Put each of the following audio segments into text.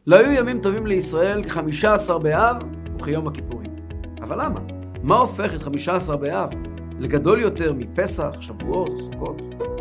לא היו ימים טובים לישראל כ-15 באב וכיום הכיפורים. אבל למה? מה הופך את 15 באב לגדול יותר מפסח, שבועות, סוכות?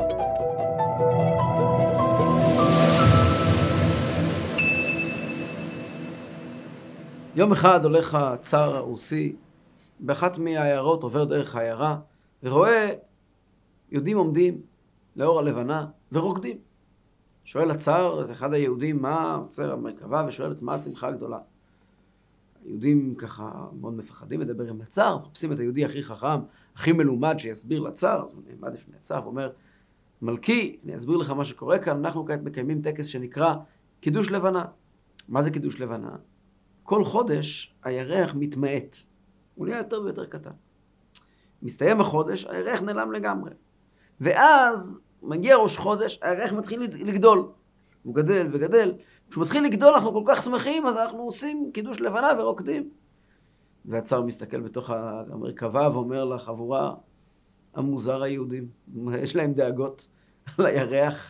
יום אחד הולך הצאר הרוסי, באחת מהעיירות עובר דרך העיירה, ורואה יהודים עומדים לאור הלבנה ורוקדים. שואל הצאר את אחד היהודים מה עוצר המרכבה, ושואל את מה השמחה הגדולה. היהודים ככה מאוד מפחדים לדבר עם הצאר, מחפשים את היהודי הכי חכם, הכי מלומד שיסביר לצאר, אז הוא נעמד לפני הצאר ואומר, מלכי, אני אסביר לך מה שקורה כאן, אנחנו כעת מקיימים טקס שנקרא קידוש לבנה. מה זה קידוש לבנה? כל חודש הירח מתמעט, הוא נהיה יותר ויותר קטן. מסתיים החודש, הירח נעלם לגמרי. ואז מגיע ראש חודש, הירח מתחיל לגדול. הוא גדל וגדל. כשהוא מתחיל לגדול, אנחנו כל כך שמחים, אז אנחנו עושים קידוש לבנה ורוקדים. והצאר מסתכל בתוך המרכבה ואומר לחבורה, המוזר היהודים, יש להם דאגות על הירח.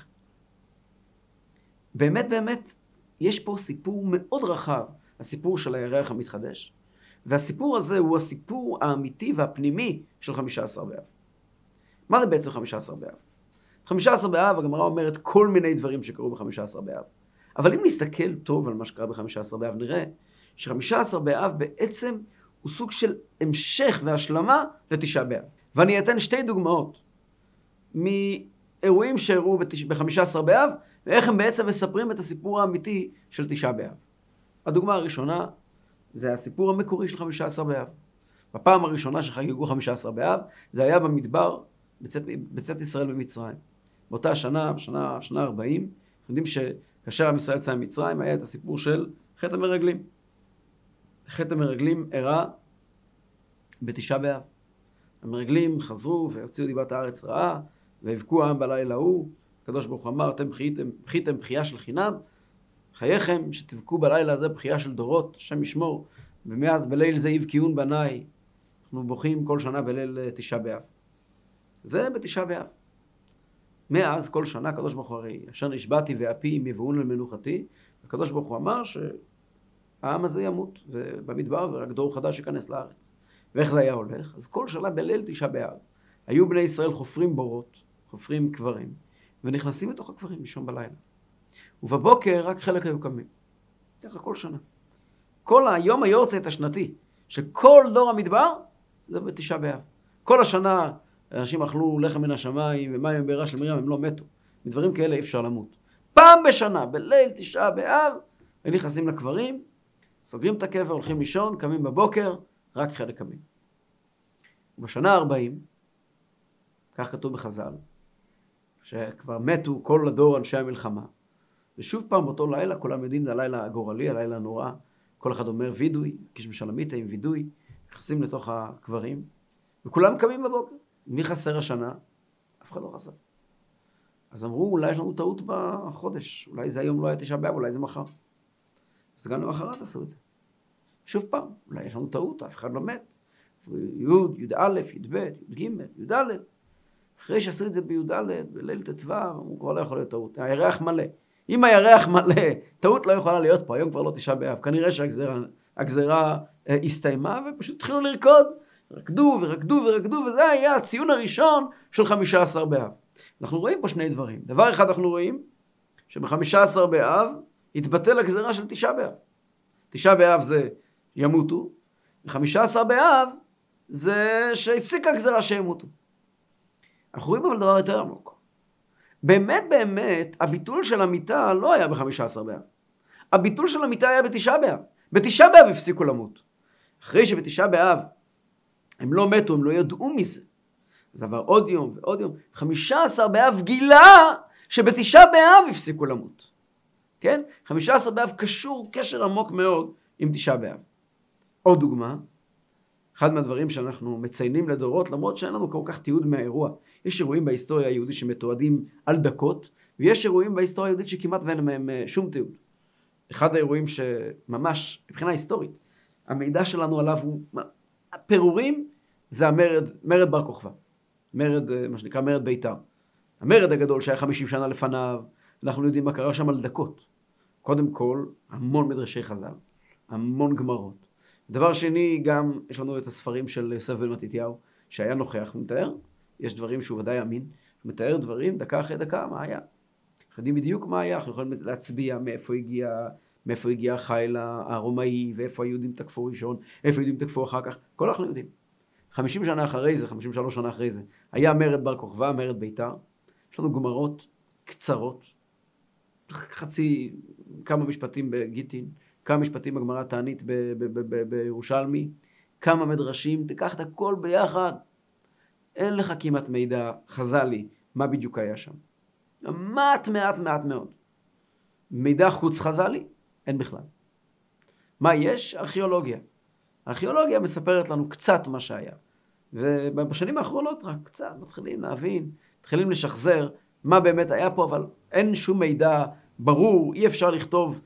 באמת, באמת, יש פה סיפור מאוד רחב, הסיפור של הירח המתחדש. והסיפור הזה הוא הסיפור האמיתי והפנימי של 15 באב. מה זה בעצם 15 באב? 15 באב, הגמרא אומרת כל מיני דברים שקרו ב-15 באב. אבל אם נסתכל טוב על מה שקרה ב-15 באב, נראה ש-15 באב בעצם הוא סוג של המשך והשלמה לתשעה באב. ואני אתן שתי דוגמאות מאירועים שאירעו ב-15 באב, ואיך הם בעצם מספרים את הסיפור האמיתי של תשעה באב. הדוגמה הראשונה זה הסיפור המקורי של 15 באב. בפעם הראשונה שחגגו 15 באב, זה היה במדבר בצאת ישראל במצרים. באותה שנה 40, אנחנו יודעים שכאשר עם ישראל יצא ממצרים, היה את הסיפור של חטא המרגלים. חטא המרגלים אירע בתשעה באב. המרגלים חזרו והוציאו דיבת הארץ רעה, והבכו העם בלילה ההוא. הקדוש ברוך הוא אמר, אתם בכיתם בכייה של חינם, חייכם שתבכו בלילה הזה בכייה של דורות, השם ישמור, ומאז בליל זה יבכיון בניי, אנחנו בוכים כל שנה בליל תשעה באב. זה בתשעה באב. מאז כל שנה הקדוש ברוך הוא הרי, אשר נשבעתי ואפי אם יבואון למנוחתי, הקדוש ברוך הוא אמר שהעם הזה ימות במדבר ורק דור חדש ייכנס לארץ. ואיך זה היה הולך? אז כל שנה בליל תשעה באב היו בני ישראל חופרים בורות, חופרים קברים, ונכנסים לתוך הקברים לישון בלילה. ובבוקר רק חלק היו קמים. ככה כל שנה. כל היום היורצייט השנתי, שכל דור המדבר, זה בתשעה באב. כל השנה אנשים אכלו לחם מן השמיים ומים מבארה של מרים, הם לא מתו. מדברים כאלה אי אפשר למות. פעם בשנה, בליל תשעה באב, הם נכנסים לקברים, סוגרים את הקבר, הולכים לישון, קמים בבוקר, רק חלק קמים. ובשנה 40, כך כתוב בחז"ל, שכבר מתו כל הדור אנשי המלחמה, ושוב פעם באותו לילה, כולם יודעים, זה הלילה הגורלי, הלילה הנורא, כל אחד אומר וידוי, כשמשלמיתה עם וידוי, נכנסים לתוך הקברים, וכולם קמים בבוקר. מי חסר השנה? אף אחד לא חסר. אז אמרו, אולי יש לנו טעות בחודש, אולי זה היום לא היה תשעה באב, אולי זה מחר. אז גם למחרת עשו את זה. שוב פעם, אולי יש לנו טעות, אף אחד לא מת. י' א', י' ב', י' ג', י' ד'. אחרי שעשו את זה בי' ד', בליל ט"ו, הוא כבר לא יכול להיות טעות. הירח מלא. אם הירח מלא, טעות לא יכולה להיות פה, היום כבר לא תשעה באב. כנראה שהגזרה הסתיימה ופשוט התחילו לרקוד. רקדו ורקדו ורקדו, וזה היה הציון הראשון של 15 באב. אנחנו רואים פה שני דברים. דבר אחד אנחנו רואים, שב-15 באב התבטל הגזרה של תשעה באב. תשעה באב זה ימותו, ו-15 באב זה שהפסיק הגזרה שימותו. אנחנו רואים אבל דבר יותר עמוק. באמת באמת, הביטול של המיטה לא היה ב-15 באב. הביטול של המיטה היה בתשעה באב. בתשעה באב הפסיקו למות. אחרי שבתשעה באב הם לא מתו, הם לא ידעו מזה. אז עבר עוד יום ועוד יום. 15 באב גילה שבתשעה באב הפסיקו למות. כן? 15 באב קשור קשר עמוק מאוד עם תשעה באב. עוד דוגמה, אחד מהדברים שאנחנו מציינים לדורות, למרות שאין לנו כל כך תיעוד מהאירוע. יש אירועים בהיסטוריה היהודית שמתועדים על דקות, ויש אירועים בהיסטוריה היהודית שכמעט ואין מהם שום תיעוד. אחד האירועים שממש, מבחינה היסטורית, המידע שלנו עליו הוא פירורים, זה מרד בר כוכבא. מרד, מה שנקרא מרד ביתר. המרד הגדול שהיה 50 שנה לפניו, אנחנו יודעים מה קרה שם על דקות. קודם כל, המון מדרשי חז"ל, המון גמרות. דבר שני, גם יש לנו את הספרים של יוסף בן מתתיהו, שהיה נוכח, הוא מתאר, יש דברים שהוא ודאי אמין, הוא מתאר דברים דקה אחרי דקה, מה היה. אנחנו יודעים בדיוק מה היה, אנחנו יכולים להצביע מאיפה הגיע החיל הרומאי, ואיפה היהודים תקפו ראשון, איפה היהודים תקפו אחר כך, כל אנחנו יודעים. 50 שנה אחרי זה, 53 שנה אחרי זה, היה מרד בר כוכבא, מרד ביתר. יש לנו גמרות קצרות, כמה משפטים בגיטין, כמה משפטים בגמרא תענית בירושלמי, כמה מדרשים, תיקח את הכל ביחד. אין לך כמעט מידע חז"לי מה בדיוק היה שם. מעט מאוד. מידע חוץ חז"לי, אין בכלל. מה יש? ארכיאולוגיה. הארכיאולוגיה מספרת לנו קצת מה שהיה. ובשנים האחרונות רק קצת מתחילים להבין, מתחילים לשחזר מה באמת היה פה, אבל אין שום מידע ברור, אי אפשר לכתוב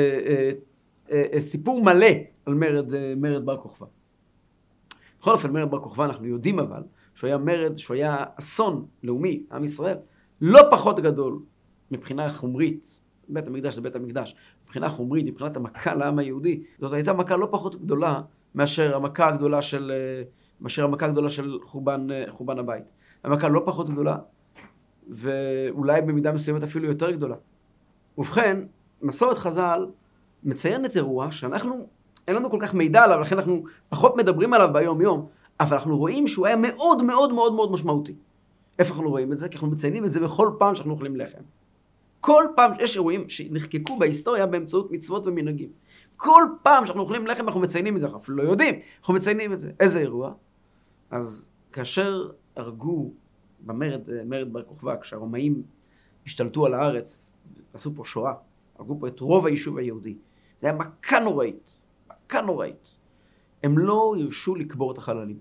סיפור מלא על מרד בר כוכבא. בכל אופן, מרד בר כוכבא אנחנו יודעים אבל, שהוא היה מרד, שהוא היה אסון לאומי, עם ישראל, לא פחות גדול מבחינה חומרית, בית המקדש זה בית המקדש, מבחינה חומרית, מבחינת המכה לעם היהודי, זאת הייתה מכה לא פחות גדולה מאשר המכה הגדולה של חורבן הבית. המכה לא פחות גדולה, ואולי במידה מסוימת אפילו יותר גדולה. ובכן, מסורת חז"ל מציינת אירוע שאנחנו, אין לנו כל כך מידע עליו, לכן אנחנו פחות מדברים עליו ביום יום, אבל אנחנו רואים שהוא היה מאוד מאוד מאוד מאוד משמעותי. איפה אנחנו רואים את זה? כי אנחנו מציינים את זה בכל פעם שאנחנו אוכלים לחם. כל פעם יש אירועים שנחקקו בהיסטוריה באמצעות מצוות ומנהגים. כל פעם שאנחנו אוכלים לחם אנחנו מציינים את זה, אנחנו אפילו לא יודעים, אנחנו מציינים את זה. איזה אירוע? אז כאשר הרגו במרד בר כוכבא, כשהרומאים השתלטו על הארץ, עשו פה שואה, הרגו פה את רוב היישוב היהודי. זה היה מכה נוראית. הם לא ירשו לקבור את החללים.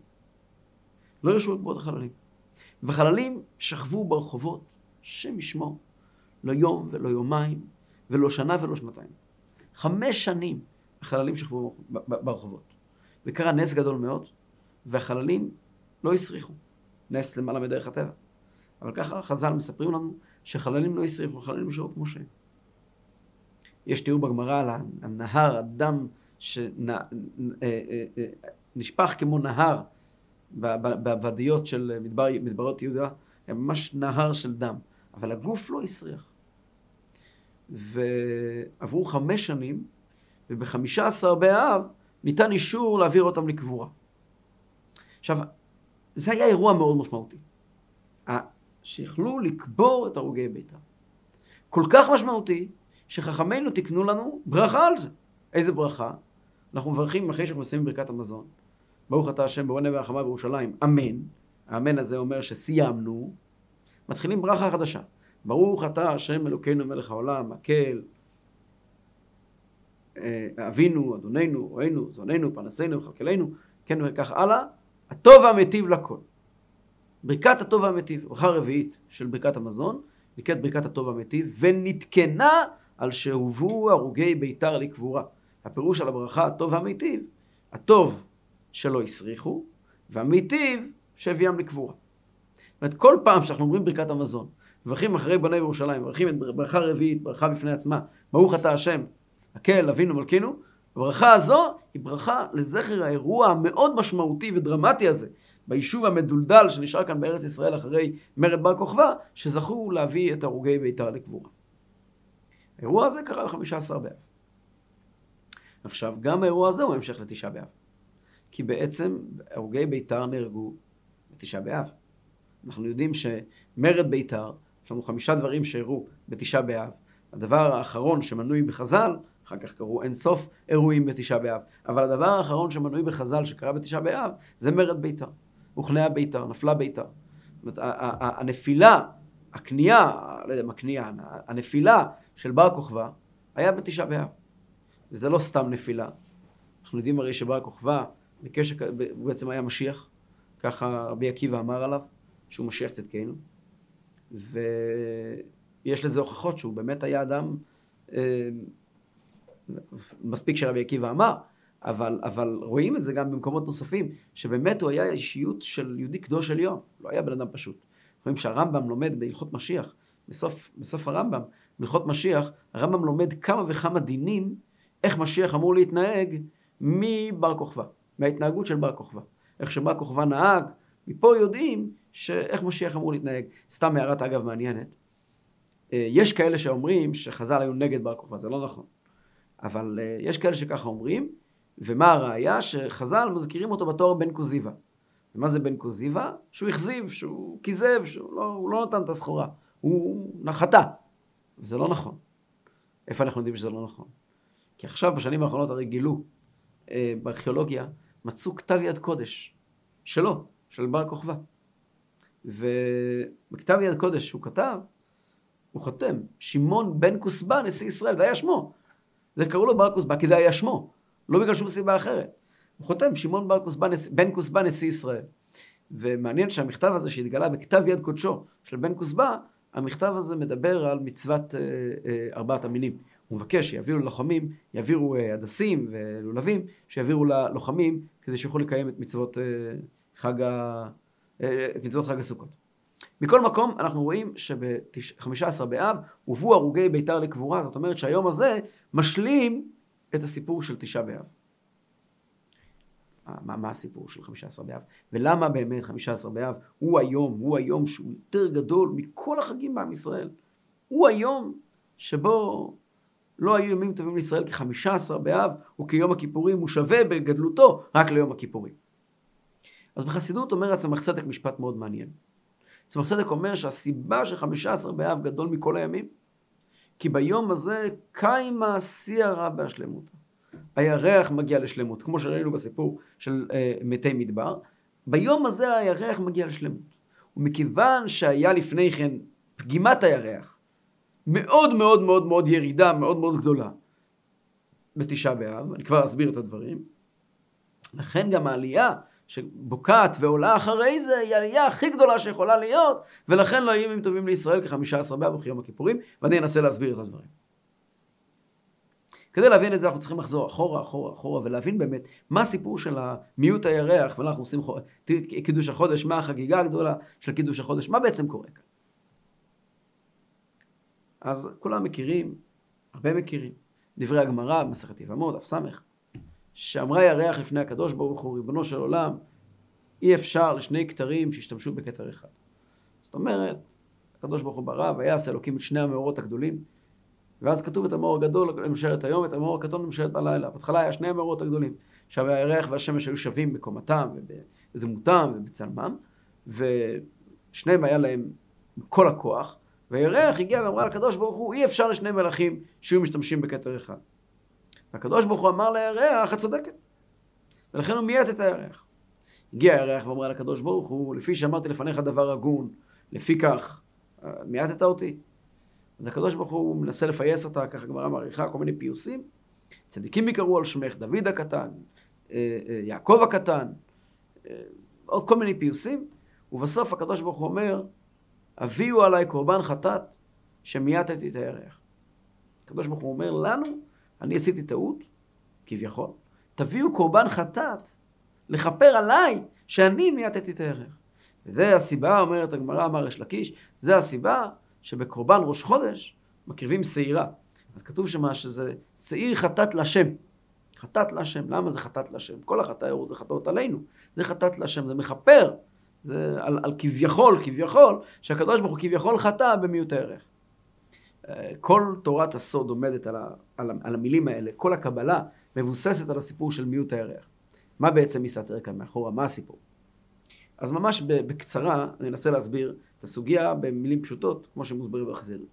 וחללים שכבו ברחובות, שם ישמור, לא יום ולא יומיים, ולא שנה ולא שנתיים. 5 שנים החללים שכבו ברחובות. וקרה נס גדול מאוד, והחללים לא הסריחו. נס למעלה מדרך הטבע. אבל ככה חז"ל מספרים לנו שחללים לא הסריחו, חללים נשארו כמו שהם. יש תיאור בגמרא על הנהר, הדם שנשפך כמו נהר בוודיות של מדברות יהודה, היה ממש נהר של דם, אבל הגוף לא הסריח. ועברו 5 שנים, וב-15 באב ניתן אישור להעביר אותם לקבורה. עכשיו, זה היה אירוע מאוד משמעותי. שיכלו לקבור את הרוגי ביתר. כל כך משמעותי, שחכמינו תקנו לנו ברכה על זה. איזה ברכה? אנחנו מברכים אחרי שאנחנו מסיימים ברכת המזון. ברוך אתה השם בורא נבי החמה בירושלים, אמן. האמן הזה אומר שסיימנו. מתחילים ברכה חדשה. ברוך אתה השם אלוקינו מלך העולם, הקל, אבינו, אדוננו, רואינו, זוננו, פרנסנו, וכלכלנו, כן וכך הלאה. הטוב והמיטיב לכל. ברכת הטוב והמיטיב, ברכה רביעית של ברכת המזון, נקראת ברכת הטוב והמיטיב, ונתקנה על שהובאו הרוגי ביתר לקבורה. הפירוש על הברכה הטוב והמיטיב, הטוב שלא הסריחו, והמיטיב שהביאם לקבורה. זאת אומרת, כל פעם שאנחנו אומרים ברכת המזון, מברכים אחרי בני ירושלים, מברכים את ברכה רביעית, ברכה בפני עצמה, ברוך אתה השם, הקל, אבינו, מלכינו, הברכה הזו היא ברכה לזכר האירוע המאוד משמעותי ודרמטי הזה, ביישוב המדולדל שנשאר כאן בארץ ישראל אחרי מרד בר כוכבא, שזכו להביא את הרוגי ביתר לקבורה. האירוע הזה קרה ב-15 באב. עכשיו, גם האירוע הזה הוא המשך לתשעה באב. כי בעצם הרוגי ביתר נהרגו בתשעה באב. אנחנו יודעים שמרד ביתר, יש לנו 5 דברים שאירעו בתשעה באב. הדבר האחרון שמנוי בחז"ל, אחר כך קראו אין סוף אירועים בתשעה באב, אבל הדבר האחרון שמנוי בחז"ל שקרה בתשעה באב, זה מרד ביתר. הוכנעה ביתר, נפלה ביתר. זאת אומרת, הנפילה, הנפילה של בר כוכבא היה בתשעה באב. וזה לא סתם נפילה. אנחנו יודעים הרי שבר כוכבא, הוא בעצם היה משיח, ככה רבי עקיבא אמר עליו, שהוא משיח צדקנו. ויש לזה הוכחות שהוא באמת היה אדם, מספיק שרבי עקיבא אמר, אבל רואים את זה גם במקומות נוספים, שבאמת הוא היה אישיות של יהודי קדוש עליון, לא היה בן אדם פשוט. רואים שהרמב"ם לומד בהלכות משיח, בסוף הרמב"ם, בהלכות משיח, הרמב"ם לומד כמה וכמה דינים, איך משיח אמור להתנהג מבר כוכבא, מההתנהגות של בר כוכבא. איך שבר כוכבא נהג, מפה יודעים איך משיח אמור להתנהג. סתם הערת אגב מעניינת. יש כאלה שאומרים שחז"ל היו נגד בר כוכבא, זה לא נכון. אבל יש כאלה שככה אומרים, ומה הראיה? שחז"ל מזכירים אותו בתור בן כוזיבא. ומה זה בן כוזיבא? שהוא הכזיב, שהוא כיזב, שהוא לא נתן את הסחורה. הוא נחתה. וזה לא נכון. איפה אנחנו יודעים שזה לא נכון? כי עכשיו בשנים האחרונות הרי גילו בארכיאולוגיה, מצאו כתב יד קודש שלו, של בר כוכבא. ובכתב יד קודש שהוא כתב, הוא חותם, שמעון בן כוסבא נשיא ישראל, זה היה שמו. זה קראו לו בר כוסבא כי זה היה שמו, לא בגלל שום סיבה אחרת. הוא חותם, שמעון בן כוסבא נשיא ישראל. ומעניין שהמכתב הזה שהתגלה בכתב יד קודשו של בן כוסבא, המכתב הזה מדבר על מצוות ארבעת המינים. הוא מבקש שיעבירו ללוחמים, יעבירו הדסים ולולבים, שיעבירו ללוחמים כדי שיוכלו לקיים את מצוות חג הסוכות. מכל מקום אנחנו רואים שב-15 באב הובאו הרוגי ביתר לקבורה, זאת אומרת שהיום הזה משלים את הסיפור של תשעה באב. מה הסיפור של 15 באב? ולמה באמת 15 באב הוא היום שהוא יותר גדול מכל החגים בעם ישראל? הוא היום שבו לא היו ימים טובים לישראל כ-15 באב, וכיום הכיפורים הוא שווה בגדלותו רק ליום הכיפורים. אז בחסידות אומר הצמח צדק משפט מאוד מעניין. הצמח צדק אומר שהסיבה ש-15 באב גדול מכל הימים, כי ביום הזה קיימה שיא הרע בהשלמות. הירח מגיע לשלמות, כמו שראינו בסיפור של מתי מדבר. ביום הזה הירח מגיע לשלמות. ומכיוון שהיה לפני כן פגימת הירח, מאוד מאוד מאוד מאוד ירידה, מאוד מאוד גדולה, בתשעה באב, אני כבר אסביר את הדברים, לכן גם העלייה שבוקעת ועולה אחרי זה, היא העלייה הכי גדולה שיכולה להיות, ולכן לא היו ימים טובים לישראל כ-15 באב וכיום הכיפורים, ואני אנסה להסביר את הדברים. כדי להבין את זה אנחנו צריכים לחזור אחורה ולהבין באמת מה הסיפור של מיעוט הירח, ואנחנו עושים קידוש החודש, מה החגיגה הגדולה של קידוש החודש, מה בעצם קורה כאן. אז כולם מכירים, הרבה מכירים, דברי הגמרא במסכת יבמות, דף סמך, שאמרה ירח לפני הקדוש ברוך הוא, ריבונו של עולם, אי אפשר לשני כתרים שישתמשו בכתר אחד. זאת אומרת, הקדוש ברוך הוא ברא ויעש אלוקים את שני המאורות הגדולים, ואז כתוב את המאור הגדול למשרת היום, את המאור הקטון למשרת בלילה. בהתחלה היה שני המאורות הגדולים, שהירח והשמש היו שווים בקומתם ובדמותם ובצלמם, ושניהם היה להם כל הכוח, והירח הגיע ואמרה לקדוש ברוך הוא, אי אפשר לשני מלאכים שיהיו משתמשים בכתר אחד. והקדוש ברוך הוא אמר לירח, את צודקת. ולכן הוא מייט את הירח. הגיע הירח ואמרה לקדוש ברוך הוא, לפי שאמרתי לפניך דבר הגון, לפי כך, מייטת אותי. אז הקדוש ברוך הוא מנסה לפייס אותה, ככה גמרא מעריכה, כל מיני פיוסים. צדיקים יקראו על שמך, דוד הקטן, יעקב הקטן, עוד כל מיני פיוסים. ובסוף הקדוש ברוך הוא אומר, הביאו עליי קורבן חטאת שמייטתי את הירח. הקדוש ברוך הוא אומר לנו, אני עשיתי טעות, כביכול, תביאו קורבן חטאת לכפר עליי שאני מייטתי את הירח. וזה הסיבה, אומרת הגמרא, אמר ריש לקיש, זה הסיבה שבקורבן ראש חודש מקריבים שעירה. אז כתוב שמה שזה שעיר חטאת לשם. חטאת לשם. למה זה חטאת לשם? כל החטאות זה חטאות עלינו. זה חטאת לשם, זה מחפר. זה על כביכול, שהקדוש ברוך הוא כביכול חטא במיעוט הירח. כל תורת הסוד עומדת על המילים האלה. כל הקבלה מבוססת על הסיפור של מיעוט הירח. מה בעצם מסתתר כאן מאחורה? מה הסיפור? אז ממש בקצרה אני אנסה להסביר את הסוגיה במילים פשוטות, כמו שמוסברים בחסידות.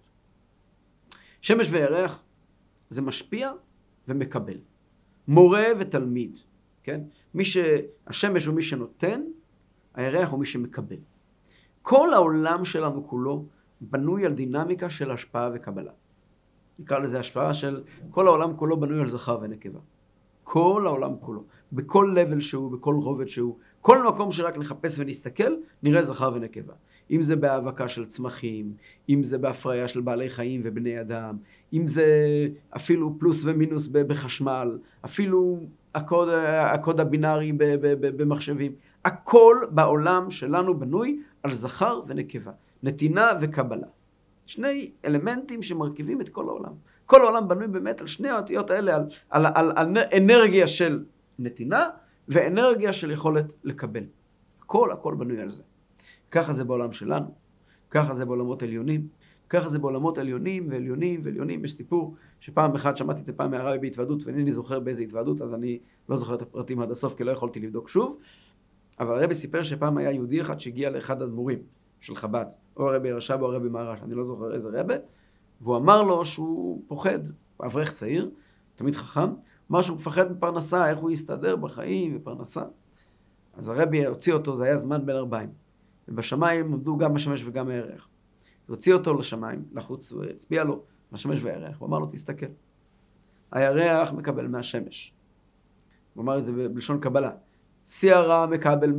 שמש וירח זה משפיע ומקבל. מורה ותלמיד, כן? השמש הוא מי שנותן, הירח הוא מי שמקבל. כל העולם שלנו כולו בנוי על דינמיקה של השפעה וקבלה. נקרא לזה השפעה של כל העולם כולו בנוי על זכר ונקבה. כל העולם כולו, בכל לבל שהוא, בכל רובד שהוא, כל מקום שרק נחפש ונסתכל, נראה זכר ונקבה. אם זה בהאבקה של צמחים, אם זה בהפריה של בעלי חיים ובני אדם, אם זה אפילו פלוס ומינוס בחשמל, אפילו הקוד הבינארי במחשבים. הכל בעולם שלנו בנוי על זכר ונקבה, נתינה וקבלה. שני אלמנטים שמרכיבים את כל העולם. כל העולם בנוי באמת על שני האותיות האלה, על אנרגיה של נתינה, ואנרגיה של יכולת לקבל. הכל בנוי על זה. ככה זה בעולם שלנו, ככה זה בעולמות עליונים, ככה זה בעולמות עליונים ועליונים ועליונים. יש סיפור שפעם אחת שמעתי את זה פעם מהרבי בהתוועדות, ואינני זוכר באיזה התוועדות, אז אני לא זוכר את הפרטים עד הסוף, כי לא יכולתי לבדוק שוב. אבל הרבי סיפר שפעם היה יהודי אחד שהגיע לאחד הדמורים של חב"ד, או הרבי רש"ב או הרבי מהר"ש, אני לא זוכר איזה רבי, והוא אמר לו שהוא פוחד, אברך צעיר, תמיד חכם, אמר שהוא מפחד מפרנסה, איך הוא יסתדר בחיים ופרנסה. אז הרבי הוציא אותו, זה היה זמן בין 40, ובשמיים עמדו גם השמש וגם הירח. הוא הוציא אותו לשמיים, לחוץ, והצביע לו לשמש והירח, הוא אמר לו, תסתכל, הירח מקבל מהשמש. הוא אמר את זה בלשון קבלה. שערה מקבל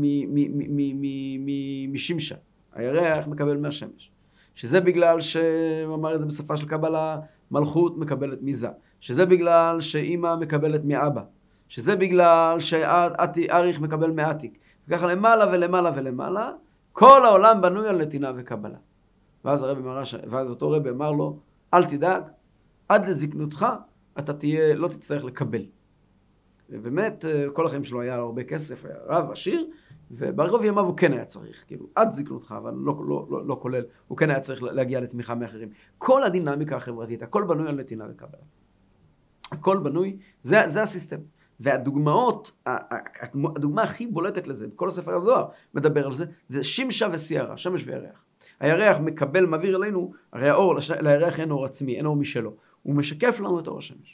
משמשה, הירח מקבל מהשמש. שזה בגלל שהוא אמר את זה בשפה של קבלה, מלכות מקבלת מזה. שזה בגלל שאמא מקבלת מאבא. שזה בגלל שאריך מקבל מעתיק. וככה למעלה ולמעלה ולמעלה, כל העולם בנוי על נתינה וקבלה. ואז אותו רבי אמר לו, אל תדאג, עד לזקנותך אתה לא תצטרך לקבל. ובאמת, כל החיים שלו היה הרבה כסף, היה רב, עשיר, וברוב ימיו הוא כן היה צריך, כאילו, עד זקנותך, אבל לא כולל, הוא כן היה צריך להגיע לתמיכה מאחרים. כל הדינמיקה החברתית, הכל בנוי על נתינה וקבלה. הכל בנוי, זה הסיסטם. והדוגמאות, הדוגמה הכי בולטת לזה, כל הספר הזוהר מדבר על זה, זה שמשה ושערה, שמש וירח. הירח מקבל, מעביר אלינו, הרי האור, לירח אין אור עצמי, אין אור משלו. הוא משקף לנו את אור השמש.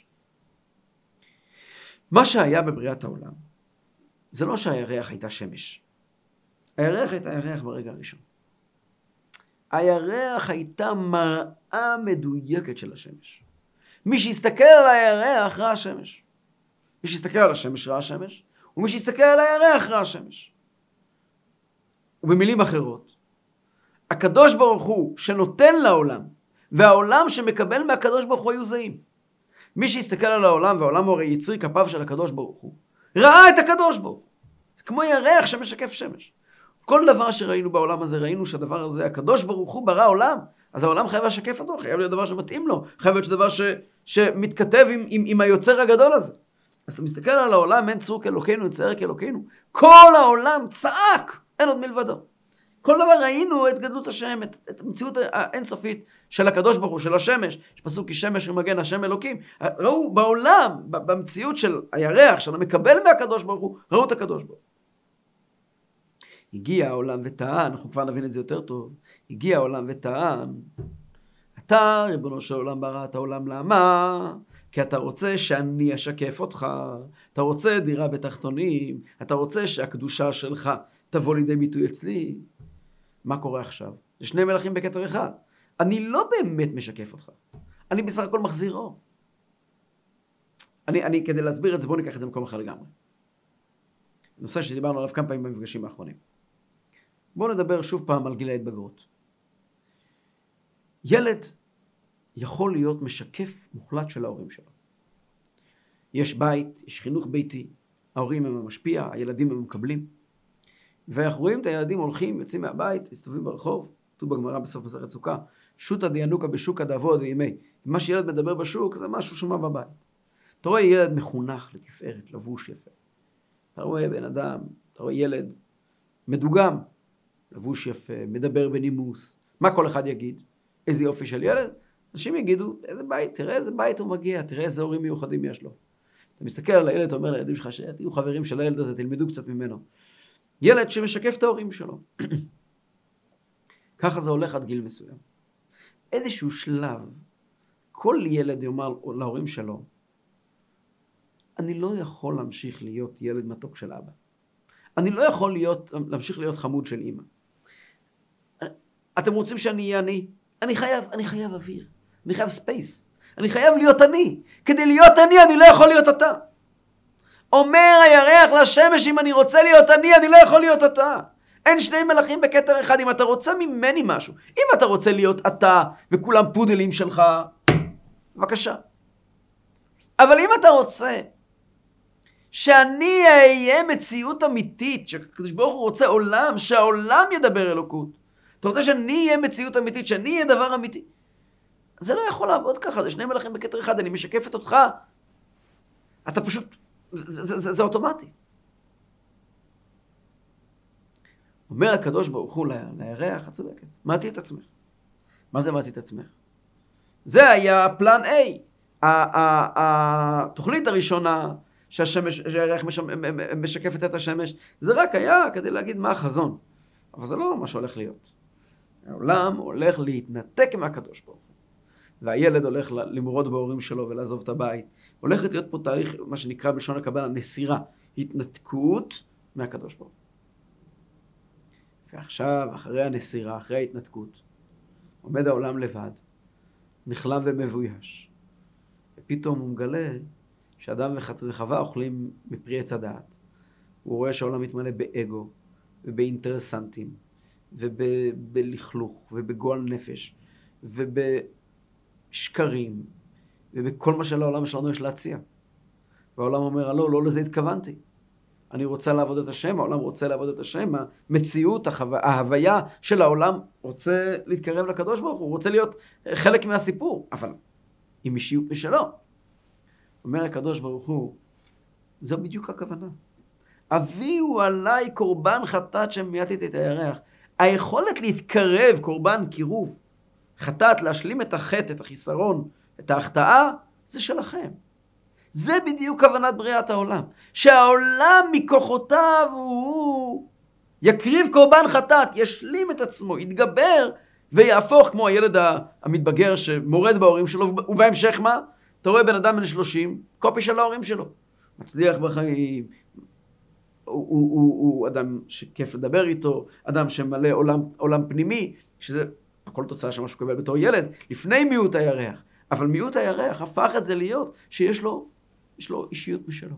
מה שהיה בבריאת העולם, זה לא שהירח הייתה שמש. הירח הייתה ירח ברגע הראשון. הירח הייתה מראה מדויקת של השמש. מי שיסתכל על הירח ראה השמש. מי שיסתכל על השמש ראה השמש, ומי שיסתכל על הירח ראה השמש. ובמילים אחרות, הקדוש ברוך הוא שנותן לעולם, והעולם שמקבל מהקדוש ברוך הוא היו זהים. מי שיסתכל על העולם, והעולם הוא הרי יצרי כפיו של הקדוש ברוך הוא, ראה את הקדוש ברוך הוא. זה כמו ירח שמשקף שמש. כל דבר שראינו בעולם הזה, ראינו שהדבר הזה, הקדוש ברוך הוא ברא עולם, אז העולם חייב לשקף אותו, חייב להיות דבר שמתאים לו, חייב להיות דבר שמתכתב עם היוצר הגדול הזה. אז אתה מסתכל על העולם, אין צור כאלוקינו, אין צער כאלוקינו. כל העולם צעק, אין עוד מלבדו. כל דבר ראינו את גדלות השם, את המציאות האינסופית של הקדוש ברוך הוא, של השמש. יש פסוק, כי שמש ומגן השם אלוקים. ראו בעולם, במציאות של הירח, של המקבל מהקדוש ברוך הוא, ראו את הקדוש ברוך הוא. הגיע העולם וטען, אנחנו כבר נבין את זה יותר טוב, הגיע העולם וטען, אתה ריבונו של עולם בראת העולם, למה? כי אתה רוצה שאני אשקף אותך, אתה רוצה דירה בתחתונים, אתה רוצה שהקדושה שלך תבוא לידי ביטוי אצלי. מה קורה עכשיו? זה שני מלכים בכתר אחד. אני לא באמת משקף אותך, אני בסך הכל מחזיר אור. אני כדי להסביר את זה, בואו ניקח את זה במקום אחר לגמרי. נושא שדיברנו עליו כמה פעמים במפגשים האחרונים. בואו נדבר שוב פעם על גיל ההתבגרות. ילד יכול להיות משקף מוחלט של ההורים שלו. יש בית, יש חינוך ביתי, ההורים הם המשפיע, הילדים הם מקבלים. ואנחנו רואים את הילדים הולכים, יוצאים מהבית, מסתובבים ברחוב, כתוב בגמרא בסוף מסכת סוכה, שוטא דיינוקא בשוקא דאבוה דימי. מה שילד מדבר בשוק זה משהו שמע בבית. אתה רואה ילד מחונך לתפארת, לבוש יפה. אתה רואה בן אדם, אתה רואה ילד מדוגם, לבוש יפה, מדבר בנימוס. מה כל אחד יגיד? איזה יופי של ילד? אנשים יגידו, איזה בית, תראה איזה בית הוא מגיע, תראה איזה הורים מיוחדים יש לו. אתה מסתכל על הילד, אתה אומר לילדים שלך, שתהיו חברים של הילד הזה, תלמדו קצת ממנו. ילד שמשקף את ההורים שלו. ככה זה הולך עד גיל מסוים. איזשהו שלב, כל ילד יאמר להורים שלו, אני לא יכול להמשיך להיות ילד מתוק של אבא. אני לא יכול להמשיך להיות חמוד של אמא. אתם רוצים שאני אהיה אני? אני חייב אוויר. אני חייב ספייס. אני חייב להיות אני. כדי להיות אני לא יכול להיות אתה. אומר הירח לשמש, אם אני רוצה להיות אני לא יכול להיות אתה. אין שני מלכים בכתר אחד. אם אתה רוצה ממני משהו, אם אתה רוצה להיות אתה וכולם פודלים שלך, בבקשה. אבל אם אתה רוצה שאני אהיה מציאות אמיתית, שהקדוש ברוך הוא רוצה עולם, שהעולם ידבר אלוקות, אתה רוצה שאני אהיה מציאות אמיתית, שאני אהיה דבר אמיתי, זה לא יכול לעבוד ככה, זה שני מלכים בכתר אחד, אני משקפת אותך. אתה פשוט, זה אוטומטי. אומר הקדוש ברוך הוא לירח, את צודקת, מעטי את עצמך. מה זה מעטי את עצמך? זה היה פלן A. התוכנית הראשונה שהירח משקפת את השמש, זה רק היה כדי להגיד מה החזון. אבל זה לא מה שהולך להיות. העולם הולך להתנתק מהקדוש ברוך הוא. והילד הולך למרוד בהורים שלו ולעזוב את הבית. הולכת להיות פה תהליך, מה שנקרא בלשון הקבלה, נסירה, התנתקות מהקדוש ברוך הוא. ועכשיו, אחרי הנסירה, אחרי ההתנתקות, עומד העולם לבד, נחלם ומבויש. ופתאום הוא מגלה שאדם וחווה אוכלים מפרי עץ הדעת. הוא רואה שהעולם מתמלא באגו, ובאינטרסנטים, ובלכלוך, ובגועל נפש, ובשקרים, ובכל מה שלעולם שלנו יש להציע. והעולם אומר, לא לזה התכוונתי. אני רוצה לעבוד את השם, העולם רוצה לעבוד את השם, המציאות, ההוויה של העולם רוצה להתקרב לקדוש ברוך הוא, רוצה להיות חלק מהסיפור, אבל עם אישיות משלו. אומר הקדוש ברוך הוא, זו בדיוק הכוונה. הביאו עליי קורבן חטאת שמייתתי את הירח. היכולת להתקרב, קורבן קירוב, חטאת, להשלים את החטא, את החיסרון, את ההחטאה, זה שלכם. זה בדיוק כוונת בריאת העולם. שהעולם מכוחותיו הוא יקריב קורבן חטאת, ישלים את עצמו, יתגבר ויהפוך כמו הילד המתבגר שמורד בהורים שלו, ובהמשך מה? אתה רואה בן אדם בן 30, קופי של ההורים שלו. מצליח בחיים, הוא אדם שכיף לדבר איתו, אדם שמלא עולם פנימי, שזה הכל תוצאה של מה שהוא קבל בתור ילד, לפני מיעוט הירח. אבל מיעוט הירח הפך את זה להיות שיש לו אישיות משלו.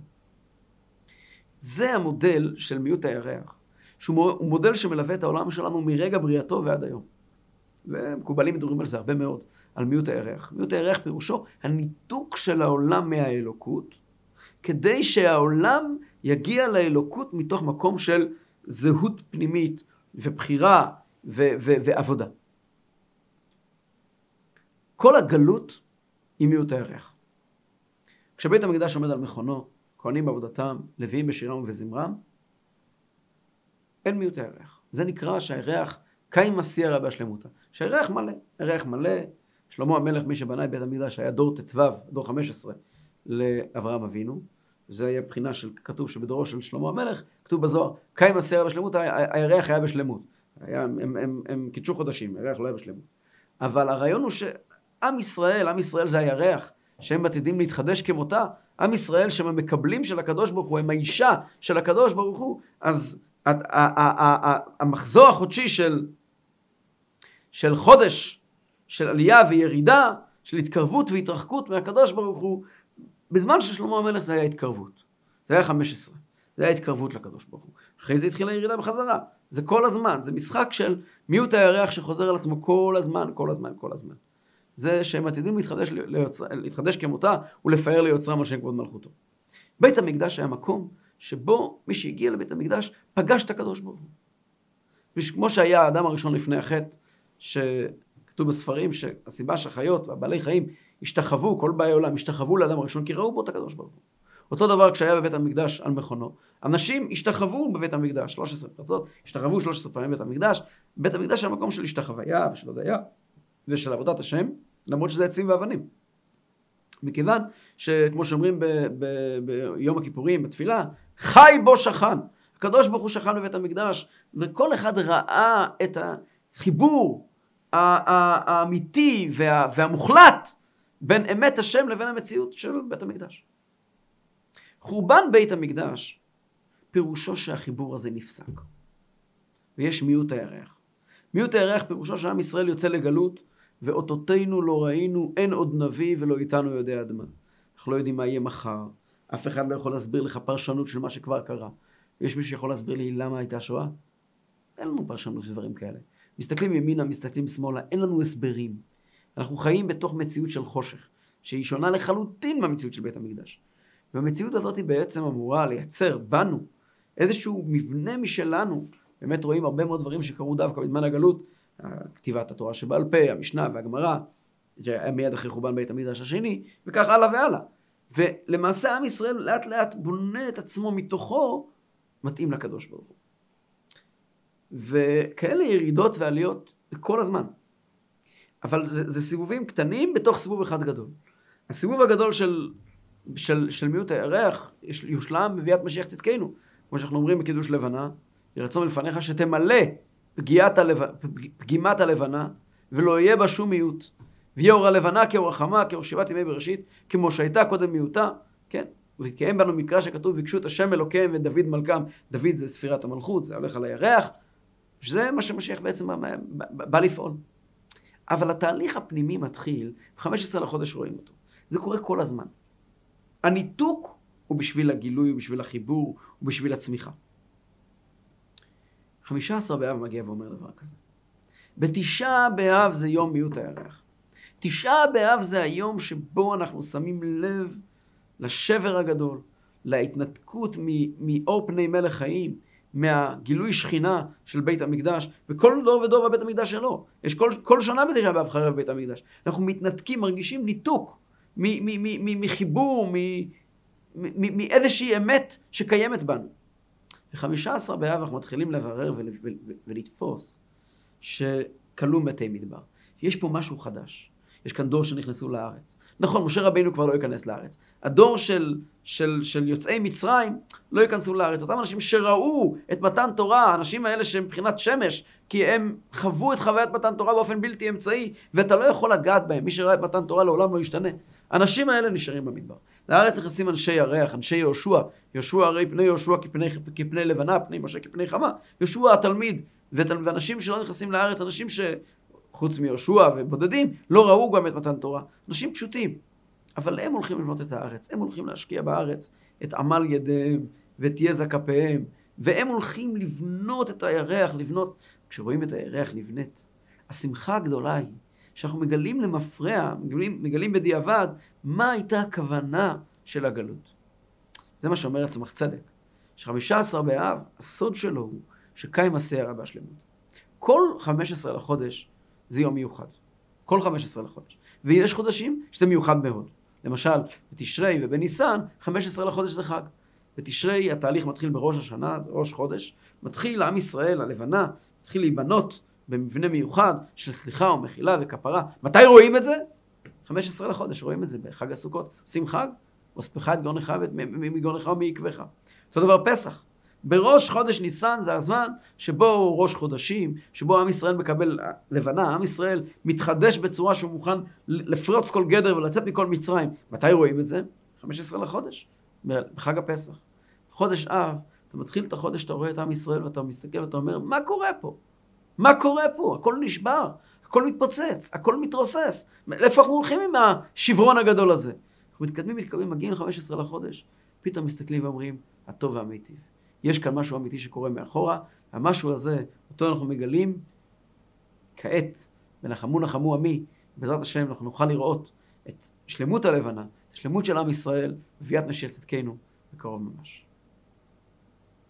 זה המודל של מיעוט הירח, שהוא מודל שמלווה את העולם שלנו מרגע בריאתו ועד היום. ומקובלים מדברים על זה הרבה מאוד, על מיעוט הירח. מיעוט הירח פירושו הניתוק של העולם מהאלוקות, כדי שהעולם יגיע לאלוקות מתוך מקום של זהות פנימית ובחירה ועבודה. כל הגלות היא מיעוט הירח. כשבית המקדש עומד על מכונו, כהנים בעבודתם, לוויים בשירם ובזמרם, אין מיעוט הירח. זה נקרא שהירח קיים מסיירה בהשלמותה. שהירח מלא, הירח מלא. שלמה המלך, מי שבנה את בית המקדש, היה דור ט"ו, דור 15 לאברהם אבינו. זה היה בחינה של, כתוב שבדורו של שלמה המלך, כתוב בזוהר, קיים מסיירה בשלמות, הירח היה בשלמות. הם קידשו חודשים, הירח לא היה בשלמות. אבל הרעיון הוא שעם ישראל זה הירח, שהם עתידים להתחדש כמותה, עם ישראל שהם המקבלים של הקדוש ברוך הוא, הם האישה של הקדוש ברוך הוא, אז המחזור החודשי של חודש, של עלייה וירידה, של התקרבות והתרחקות מהקדוש ברוך הוא, בזמן של שלמה המלך זה היה התקרבות. זה היה 15. זה היה התקרבות לקדוש ברוך הוא. אחרי זה התחילה ירידה בחזרה. זה כל הזמן. זה משחק של מיעוט הירח שחוזר על עצמו כל הזמן. זה שהם עתידים להתחדש כמותה ולפאר ליוצרם על שם כבוד מלכותו. בית המקדש היה מקום שבו מי שהגיע לבית המקדש פגש את הקדוש ברוך הוא. כמו שהיה האדם הראשון לפני החטא, שכתוב בספרים שהסיבה שהחיות והבעלי חיים השתחוו, כל באי עולם השתחוו לאדם הראשון כי ראו בו את הקדוש ברוך הוא. אותו דבר כשהיה בבית המקדש על מכונו, אנשים השתחוו בבית המקדש, 13 פרצות, השתחוו 13 פעמים בבית המקדש. בית המקדש היה מקום של השתחוויה ושל הודיה ושל עבודת השם, למרות שזה עצים ואבנים. מכיוון שכמו שאומרים ביום הכיפורים, בתפילה, חי בו שכן. הקדוש ברוך הוא שכן בבית המקדש, וכל אחד ראה את החיבור האמיתי והמוחלט בין אמת השם לבין המציאות של בית המקדש. חורבן בית המקדש, פירושו שהחיבור הזה נפסק. ויש מיעוט הירח. מיעוט הירח פירושו שעם ישראל יוצא לגלות, ואותותינו לא ראינו, אין עוד נביא ולא איתנו יודע עד מה. אנחנו לא יודעים מה יהיה מחר. אף אחד לא יכול להסביר לך פרשנות של מה שכבר קרה. יש מישהו שיכול להסביר לי למה הייתה שואה? אין לנו פרשנות של דברים כאלה. מסתכלים ימינה, מסתכלים שמאלה, אין לנו הסברים. אנחנו חיים בתוך מציאות של חושך, שהיא שונה לחלוטין מהמציאות של בית המקדש. והמציאות הזאת היא בעצם אמורה לייצר בנו איזשהו מבנה משלנו. באמת רואים הרבה מאוד דברים שקרו דווקא בזמן הגלות, כתיבת התורה שבעל פה, המשנה והגמרא, מיד אחרי חורבן בית המקדש השני, וכך הלאה והלאה. ולמעשה עם ישראל לאט לאט בונה את עצמו מתוכו, מתאים לקדוש ברוך הוא. וכאלה ירידות ועליות כל הזמן. אבל זה סיבובים קטנים בתוך סיבוב אחד גדול. הסיבוב הגדול של מיעוט הירח יושלם בביאת משיח צדקנו. כמו שאנחנו אומרים בקידוש לבנה, ירצון לפניך שתמלא פגימת הלבנה, ולא יהיה בה שום מיעוט. ויהיה אור הלבנה כאור החמה, כאור שבעת ימי בראשית, כמו שהייתה קודם מיעוטה, כן? וכאם בנו מקרא שכתוב, ביקשו את השם אלוקיהם ודוד מלכם. דוד זה ספירת המלכות, זה הולך על הירח, שזה מה שמשיח בעצם בא לפעול. אבל התהליך הפנימי מתחיל, 15 לחודש רואים אותו. זה קורה כל הזמן. הניתוק הוא בשביל הגילוי, הוא בשביל החיבור, הוא בשביל הצמיחה. 15 באב מגיע ואומר דבר כזה. בתשעה באב זה יום מיעוט הירח. תשעה באב זה היום שבו אנחנו שמים לב לשבר הגדול, להתנתקות מאור פני מלך חיים, מהגילוי שכינה של בית המקדש, וכל דור ודור בבית המקדש שלו. יש כל שנה בתשעה באב חרב בית המקדש. אנחנו מתנתקים, מרגישים ניתוק מחיבור, מאיזושהי אמת שקיימת בנו. ב-15 באב אנחנו מתחילים לברר ולתפוס שכלו מתי מדבר. יש פה משהו חדש. יש כאן דור שנכנסו לארץ. נכון, משה רבינו כבר לא ייכנס לארץ. הדור של יוצאי מצרים לא ייכנסו לארץ. אותם אנשים שראו את מתן תורה, האנשים האלה שהם מבחינת שמש, כי הם חוו את חוויית מתן תורה באופן בלתי אמצעי, ואתה לא יכול לגעת בהם. מי שראה את מתן תורה לעולם לא ישתנה. האנשים האלה נשארים במדבר. לארץ נכנסים אנשי ירח, אנשי יהושע. יהושע הרי פני יהושע כפני לבנה, פני משה כפני חמה. יהושע התלמיד, ואנשים שלא נכנסים לארץ, אנשים חוץ מיהושע ובודדים, לא ראו גם את מתן תורה. אנשים פשוטים. אבל הם הולכים לבנות את הארץ. הם הולכים להשקיע בארץ את עמל ידיהם ואת יזע כפיהם. והם הולכים לבנות את הירח, לבנות. כשרואים את הירח נבנית, השמחה הגדולה היא שאנחנו מגלים למפרע, מגלים בדיעבד, מה הייתה הכוונה של הגלות. זה מה שאומר צמח צדק. ש15 באב, הסוד שלו הוא שקיים הסערה בהשלמות. כל 15 לחודש זה יום מיוחד. כל 15 לחודש. ויש חודשים שזה מיוחד מאוד. למשל, בתשרי ובניסן, 15 לחודש זה חג. בתשרי התהליך מתחיל בראש השנה, ראש חודש, מתחיל עם ישראל, הלבנה, מתחיל להיבנות במבנה מיוחד של סליחה ומחילה וכפרה. מתי רואים את זה? 15 לחודש, רואים את זה בחג הסוכות. עושים חג, וספך את גאונך מגאונך ומעקבך. אותו דבר פסח. בראש חודש ניסן זה הזמן שבו ראש חודשים, שבו עם ישראל מקבל לבנה, עם ישראל מתחדש בצורה שהוא מוכן לפרוץ כל גדר ולצאת מכל מצרים. מתי רואים את זה? 15 לחודש, בחג הפסח. חודש אב, אתה מתחיל את החודש, אתה רואה את עם ישראל ואתה מסתכל ואתה אומר, מה קורה פה? מה קורה פה? הכל נשבר, הכל מתפוצץ, הכל מתרוסס. לאיפה אנחנו הולכים עם השברון הגדול הזה? אנחנו מתקדמים, מגיעים ל-15 לחודש, פתאום מסתכלים ואומרים, הטוב והמיטיב. יש כאן משהו אמיתי שקורה מאחורה, המשהו הזה, אותו אנחנו מגלים, כעת, ונחמו עמי, בעזרת השם אנחנו נוכל לראות את שלמות הלבנה, את שלמות של עם ישראל, וביאת משיח צדקנו, בקרוב ממש.